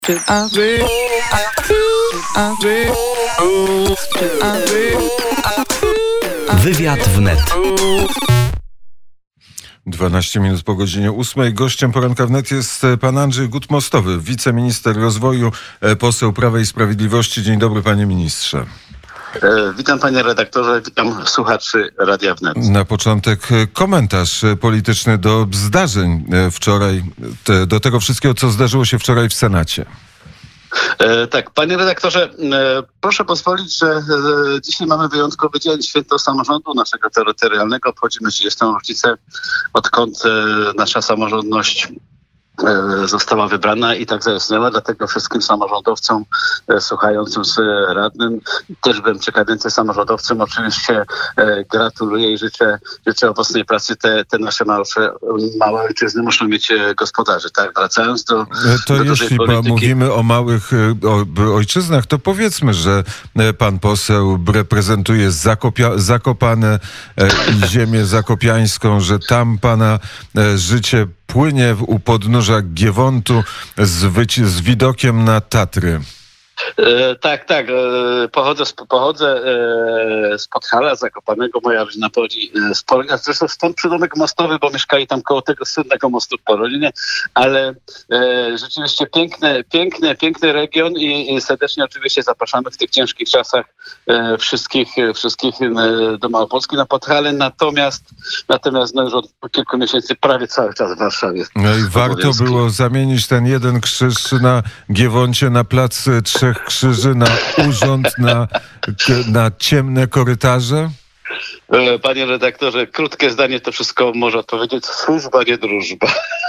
Wywiad wnet. 12 minut po godzinie 8. Gościem poranka wnet jest pan Andrzej Gut-Mostowy, wiceminister rozwoju, poseł Prawa i Sprawiedliwości. Dzień dobry, panie ministrze. Witam, panie redaktorze, witam słuchaczy Radia Wnet. Na początek komentarz polityczny do zdarzeń wczoraj, do tego wszystkiego, co zdarzyło się wczoraj w Senacie. Tak, panie redaktorze, proszę pozwolić, że dzisiaj mamy wyjątkowy dzień, święto samorządu naszego terytorialnego. Obchodzimy 30. rocznicę, odkąd nasza samorządność została wybrana i tak zaistniała. Dlatego wszystkim samorządowcom słuchającym z radnym, też byłem przy kadencji samorządowcem, oczywiście gratuluję i życzę owocnej pracy. Te nasze małe ojczyzny muszą mieć gospodarzy. Tak, wracając do jeśli mówimy o małych ojczyznach, to powiedzmy, że pan poseł reprezentuje Zakopane i ziemię zakopiańską, że tam pana życie płynie u podnóża Giewontu z widokiem na Tatry. Tak. Pochodzę z Podhala Zakopanego. Moja rodzina pochodzi z Polska. Zresztą stąd przydomek mostowy, bo mieszkali tam koło tego słynnego mostu w Porolinie. Ale rzeczywiście piękny region i serdecznie oczywiście zapraszamy w tych ciężkich czasach wszystkich do Małopolski na Podhale. Natomiast już od kilku miesięcy prawie cały czas w Warszawie. No i warto było zamienić ten jeden krzyż na Giewoncie na plac Trzech Krzyży, na urząd, na ciemne korytarze? Panie redaktorze, krótkie zdanie to wszystko może odpowiedzieć. Służba, nie drużba.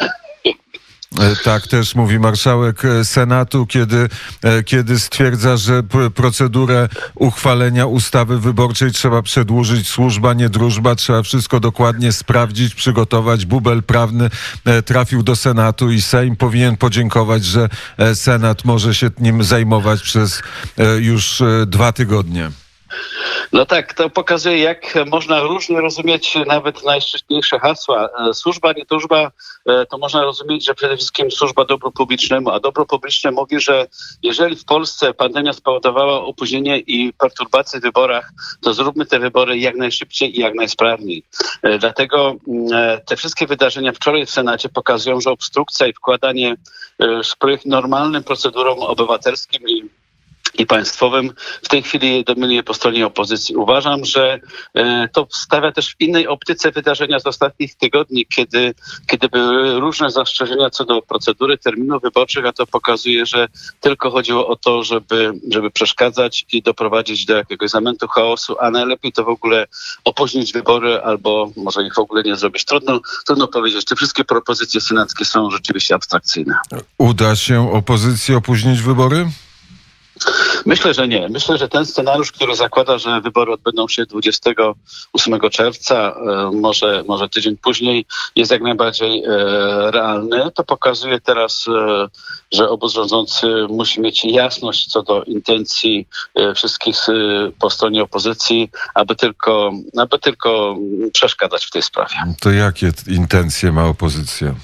Tak też mówi marszałek Senatu, kiedy stwierdza, że procedurę uchwalenia ustawy wyborczej trzeba przedłużyć. Służba, nie drużba. Trzeba wszystko dokładnie sprawdzić, przygotować. Bubel prawny trafił do Senatu i Sejm powinien podziękować, że Senat może się nim zajmować przez już 2 tygodnie. No tak, to pokazuje, jak można różnie rozumieć nawet najszczytniejsze hasła. Służba, nie służba, to można rozumieć, że przede wszystkim służba dobru publicznemu, a dobro publiczne mówi, że jeżeli w Polsce pandemia spowodowała opóźnienie i perturbacje w wyborach, to zróbmy te wybory jak najszybciej i jak najsprawniej. Dlatego te wszystkie wydarzenia wczoraj w Senacie pokazują, że obstrukcja i wkładanie szprych normalnym procedurom obywatelskim i państwowym w tej chwili dominuje po stronie opozycji. Uważam, że to stawia też w innej optyce wydarzenia z ostatnich tygodni, kiedy były różne zastrzeżenia co do procedury, terminów wyborczych, a to pokazuje, że tylko chodziło o to, żeby przeszkadzać i doprowadzić do jakiegoś zamętu, chaosu, a najlepiej to w ogóle opóźnić wybory albo może ich w ogóle nie zrobić. Trudno powiedzieć, czy wszystkie propozycje senackie są rzeczywiście abstrakcyjne. Uda się opozycji opóźnić wybory? Myślę, że nie. Myślę, że ten scenariusz, który zakłada, że wybory odbędą się 28 czerwca, może tydzień później, jest jak najbardziej realny. To pokazuje teraz, że obóz rządzący musi mieć jasność co do intencji wszystkich po stronie opozycji, aby tylko przeszkadzać w tej sprawie. To jakie intencje ma opozycja?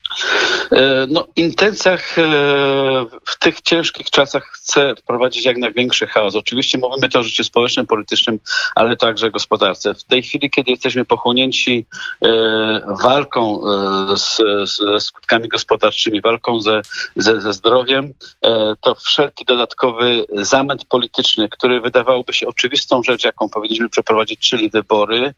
Intencjach w tych ciężkich czasach chce wprowadzić jak największy chaos. Oczywiście mówimy to o życiu społecznym, politycznym, ale także gospodarce. W tej chwili, kiedy jesteśmy pochłonięci walką ze skutkami gospodarczymi, walką ze zdrowiem, to wszelki dodatkowy zamęt polityczny, który wydawałoby się oczywistą rzecz, jaką powinniśmy przeprowadzić, czyli wybory,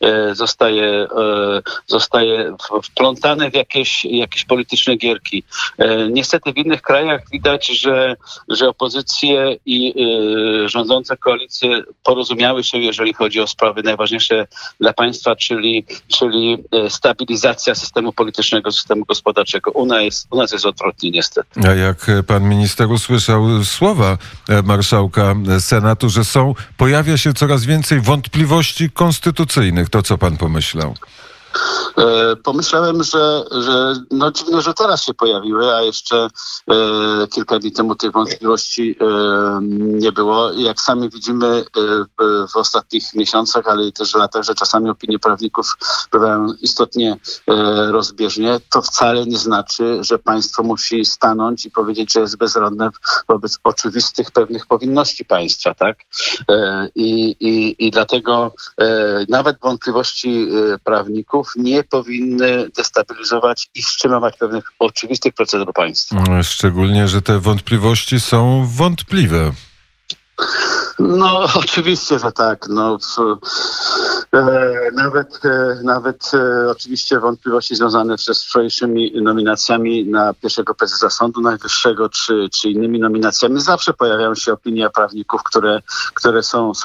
zostaje wplątany w jakieś polityczne gierki. Niestety w innych krajach widać, że opozycje i rządzące koalicje porozumiały się, jeżeli chodzi o sprawy najważniejsze dla państwa, czyli stabilizacja systemu politycznego, systemu gospodarczego. U nas jest odwrotnie, niestety. A jak pan minister usłyszał słowa marszałka Senatu, że pojawia się coraz więcej wątpliwości konstytucyjnych, to co pan pomyślał? Pomyślałem, że no dziwne, że teraz się pojawiły, a jeszcze kilka dni temu tych wątpliwości nie było. Jak sami widzimy w ostatnich miesiącach, ale i też latach, że czasami opinie prawników bywają istotnie rozbieżnie, to wcale nie znaczy, że państwo musi stanąć i powiedzieć, że jest bezrodne wobec oczywistych pewnych powinności państwa, tak? I dlatego nawet wątpliwości prawników nie powinny destabilizować i wstrzymywać pewnych oczywistych procedur państwa. Szczególnie, że te wątpliwości są wątpliwe. No oczywiście, że tak. No, nawet oczywiście wątpliwości związane z wczorajszymi nominacjami na pierwszego prezesa Sądu Najwyższego czy innymi nominacjami. Zawsze pojawiają się opinie prawników, które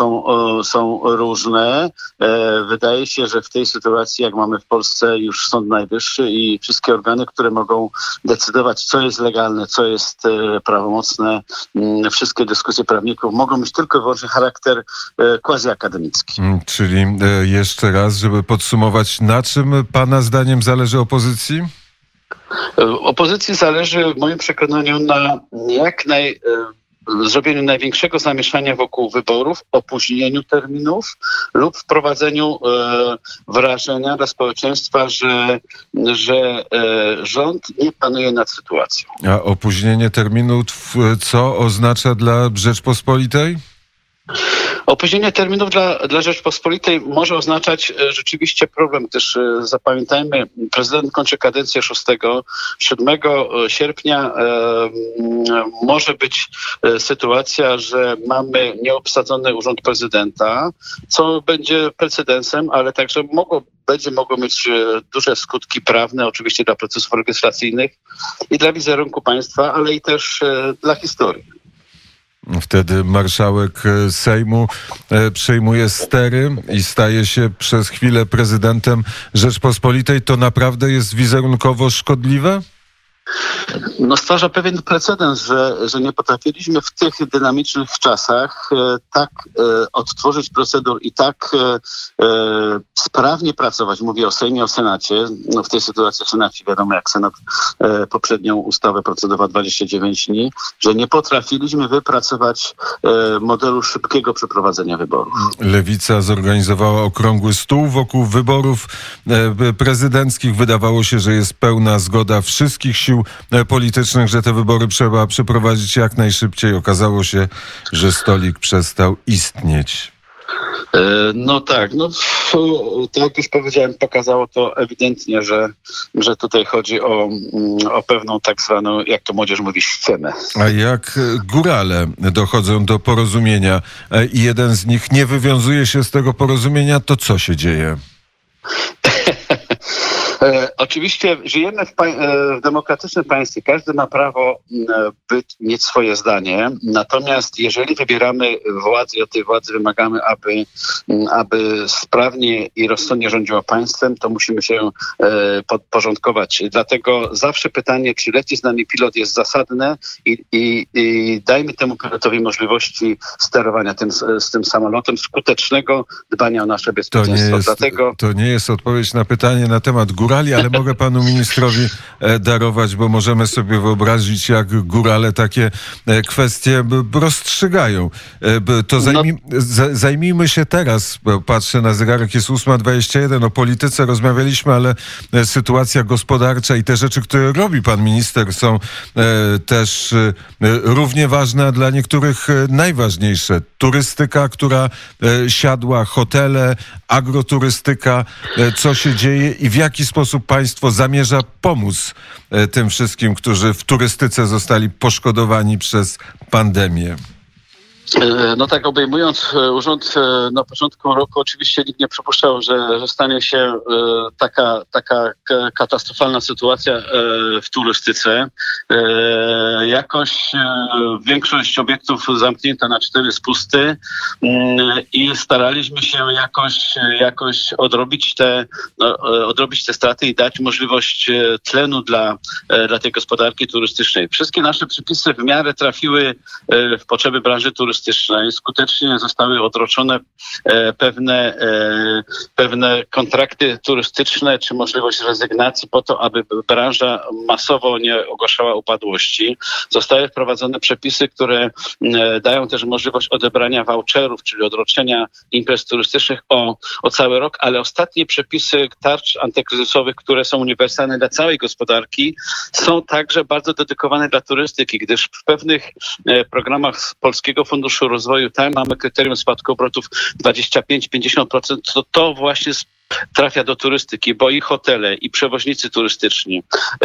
są różne. Wydaje się, że w tej sytuacji, jak mamy w Polsce już Sąd Najwyższy i wszystkie organy, które mogą decydować, co jest legalne, co jest prawomocne, wszystkie dyskusje prawników mogą mieć tylko i wyłącznie charakter quasi-akademicki. Czyli jeszcze raz, żeby podsumować, na czym pana zdaniem zależy opozycji? Opozycji zależy w moim przekonaniu na zrobieniu największego zamieszania wokół wyborów, opóźnieniu terminów lub wprowadzeniu wrażenia dla społeczeństwa, że rząd nie panuje nad sytuacją. A opóźnienie terminów co oznacza dla Rzeczpospolitej? Opóźnienie terminów dla Rzeczpospolitej może oznaczać rzeczywiście problem. Też zapamiętajmy, prezydent kończy kadencję 7 sierpnia. Może być sytuacja, że mamy nieobsadzony urząd prezydenta, co będzie precedensem, ale także będzie mogło mieć duże skutki prawne, oczywiście dla procesów legislacyjnych i dla wizerunku państwa, ale i też dla historii. Wtedy marszałek Sejmu przejmuje stery i staje się przez chwilę prezydentem Rzeczpospolitej. To naprawdę jest wizerunkowo szkodliwe? No stwarza pewien precedens, że nie potrafiliśmy w tych dynamicznych czasach tak odtworzyć procedur i tak sprawnie pracować. Mówię o Sejmie, o Senacie. No w tej sytuacji w Senacie wiadomo, jak Senat poprzednią ustawę procedował 29 dni, że nie potrafiliśmy wypracować modelu szybkiego przeprowadzenia wyborów. Lewica zorganizowała okrągły stół wokół wyborów prezydenckich. Wydawało się, że jest pełna zgoda wszystkich sił politycznych, że te wybory trzeba przeprowadzić jak najszybciej. Okazało się, że stolik przestał istnieć. No tak, tak jak już powiedziałem, pokazało to ewidentnie, że tutaj chodzi o pewną tak zwaną, jak to młodzież mówi, scenę. A jak górale dochodzą do porozumienia i jeden z nich nie wywiązuje się z tego porozumienia, to co się dzieje? Oczywiście żyjemy w demokratycznym państwie. Każdy ma prawo mieć swoje zdanie. Natomiast jeżeli wybieramy władzę i od tej władzy wymagamy, aby sprawnie i rozsądnie rządziła państwem, to musimy się podporządkować. Dlatego zawsze pytanie, czy leci z nami pilot, jest zasadne i dajmy temu pilotowi możliwości sterowania z tym samolotem, skutecznego dbania o nasze bezpieczeństwo. To nie jest odpowiedź na pytanie na temat górali, ale mogę panu ministrowi darować, bo możemy sobie wyobrazić, jak górale takie kwestie rozstrzygają. To zajmijmy się teraz, bo patrzę na zegarek, jest 8:21, o polityce rozmawialiśmy, ale sytuacja gospodarcza i te rzeczy, które robi pan minister, są też równie ważne, a dla niektórych najważniejsze. Turystyka, która siadła, hotele, agroturystyka, co się dzieje i w jaki sposób państwo zamierza pomóc tym wszystkim, którzy w turystyce zostali poszkodowani przez pandemię? No tak, obejmując urząd na początku roku, oczywiście nikt nie przypuszczał, że stanie się taka katastrofalna sytuacja w turystyce. Jakoś większość obiektów zamknięta na 4 spusty i staraliśmy się jakoś odrobić te straty i dać możliwość tlenu dla tej gospodarki turystycznej. Wszystkie nasze przepisy w miarę trafiły w potrzeby branży turystycznej. turystycznej skutecznie zostały odroczone pewne kontrakty turystyczne czy możliwość rezygnacji po to, aby branża masowo nie ogłaszała upadłości. Zostały wprowadzone przepisy, które dają też możliwość odebrania voucherów, czyli odroczenia imprez turystycznych o cały rok, ale ostatnie przepisy tarcz antykryzysowych, które są uniwersalne dla całej gospodarki, są także bardzo dedykowane dla turystyki, gdyż w pewnych programach Polskiego Funduszu Rozwoju tam mamy kryterium spadku obrotów 25-50%, to właśnie trafia do turystyki, bo i hotele, i przewoźnicy turystyczni,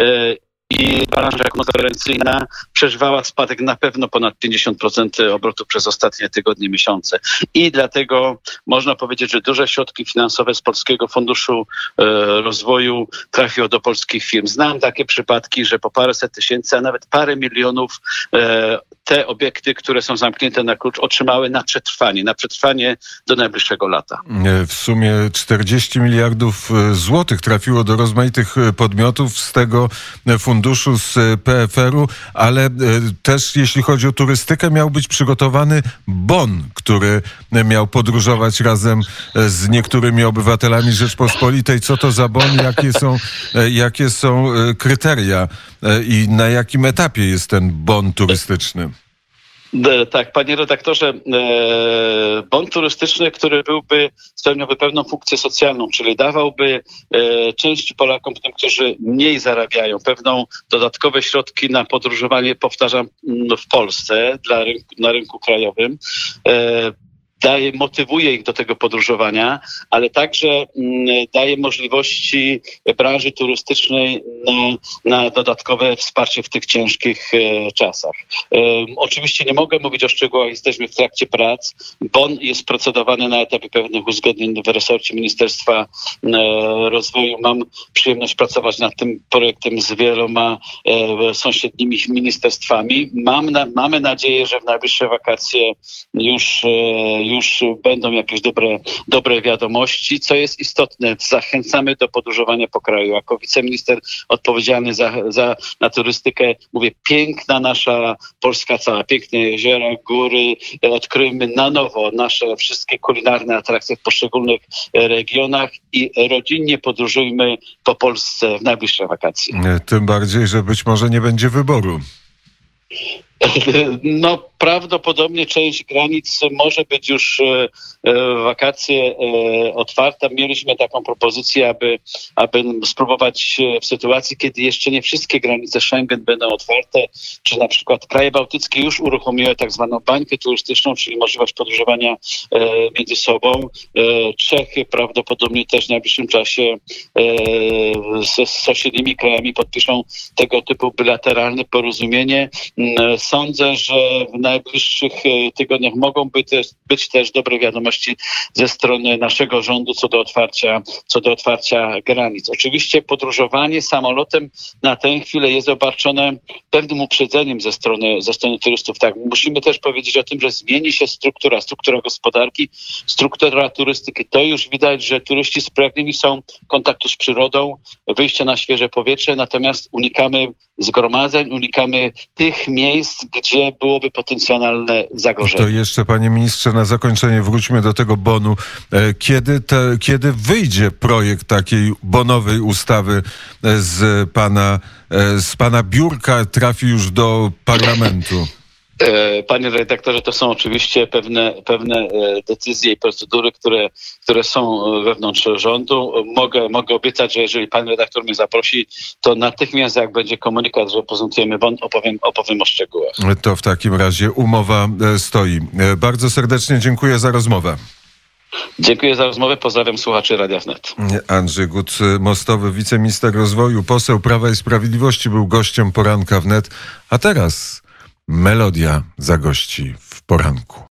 i branża konferencyjna przeżywała spadek na pewno ponad 50% obrotów przez ostatnie tygodnie, miesiące. I dlatego można powiedzieć, że duże środki finansowe z Polskiego Funduszu Rozwoju trafią do polskich firm. Znam takie przypadki, że po paręset tysięcy, a nawet parę milionów te obiekty, które są zamknięte na klucz, otrzymały na przetrwanie do najbliższego lata. W sumie 40 miliardów złotych trafiło do rozmaitych podmiotów z tego funduszu, z PFR-u, ale też jeśli chodzi o turystykę, miał być przygotowany bon, który miał podróżować razem z niektórymi obywatelami Rzeczpospolitej. Co to za bon? Jakie są kryteria i na jakim etapie jest ten bon turystyczny? Tak, panie redaktorze, bon turystyczny, który spełniałby pewną funkcję socjalną, czyli dawałby części Polakom, tym, którzy mniej zarabiają, pewną dodatkowe środki na podróżowanie, w Polsce na rynku krajowym. Motywuje ich do tego podróżowania, ale także daje możliwości branży turystycznej na dodatkowe wsparcie w tych ciężkich czasach. Oczywiście nie mogę mówić o szczegółach, jesteśmy w trakcie prac. Bon jest procedowany na etapie pewnych uzgodnień w resorcie Ministerstwa Rozwoju. Mam przyjemność pracować nad tym projektem z wieloma sąsiednimi ministerstwami. Mamy nadzieję, że w najbliższe wakacje już będą jakieś dobre wiadomości. Co jest istotne, zachęcamy do podróżowania po kraju. Jako wiceminister odpowiedzialny na turystykę mówię, piękna nasza Polska cała, piękne jeziora, góry. Odkryjmy na nowo nasze wszystkie kulinarne atrakcje w poszczególnych regionach i rodzinnie podróżujmy po Polsce w najbliższe wakacje. Tym bardziej, że być może nie będzie wyboru. No, prawdopodobnie część granic może być już w wakacje otwarta. Mieliśmy taką propozycję, aby spróbować w sytuacji, kiedy jeszcze nie wszystkie granice Schengen będą otwarte, czy na przykład kraje bałtyckie już uruchomiły tak zwaną bańkę turystyczną, czyli możliwość podróżowania między sobą. Czechy prawdopodobnie też w najbliższym czasie z sąsiednimi krajami podpiszą tego typu bilateralne porozumienie. Sądzę, że w najbliższych tygodniach mogą być też dobre wiadomości ze strony naszego rządu co do otwarcia granic. Oczywiście podróżowanie samolotem na tę chwilę jest obarczone pewnym uprzedzeniem ze strony turystów. Tak, musimy też powiedzieć o tym, że zmieni się struktura gospodarki, struktura turystyki. To już widać, że turyści spragnieni są kontaktu z przyrodą, wyjścia na świeże powietrze, natomiast unikamy zgromadzeń, unikamy tych miejsc, gdzie byłoby potencjalne zagrożenie. To jeszcze, panie ministrze, na zakończenie wróćmy do tego bonu. Kiedy wyjdzie projekt takiej bonowej ustawy z pana biurka, trafi już do parlamentu? Panie redaktorze, to są oczywiście pewne decyzje i procedury, które są wewnątrz rządu. Mogę obiecać, że jeżeli pan redaktor mnie zaprosi, to natychmiast jak będzie komunikat, że prezentujemy bon, opowiem o szczegółach. To w takim razie umowa stoi. Bardzo serdecznie dziękuję za rozmowę. Dziękuję za rozmowę. Pozdrawiam słuchaczy Radia Wnet. Andrzej Gut-Mostowy, wiceminister rozwoju, poseł Prawa i Sprawiedliwości, był gościem poranka wnet. A teraz melodia zagości w poranku.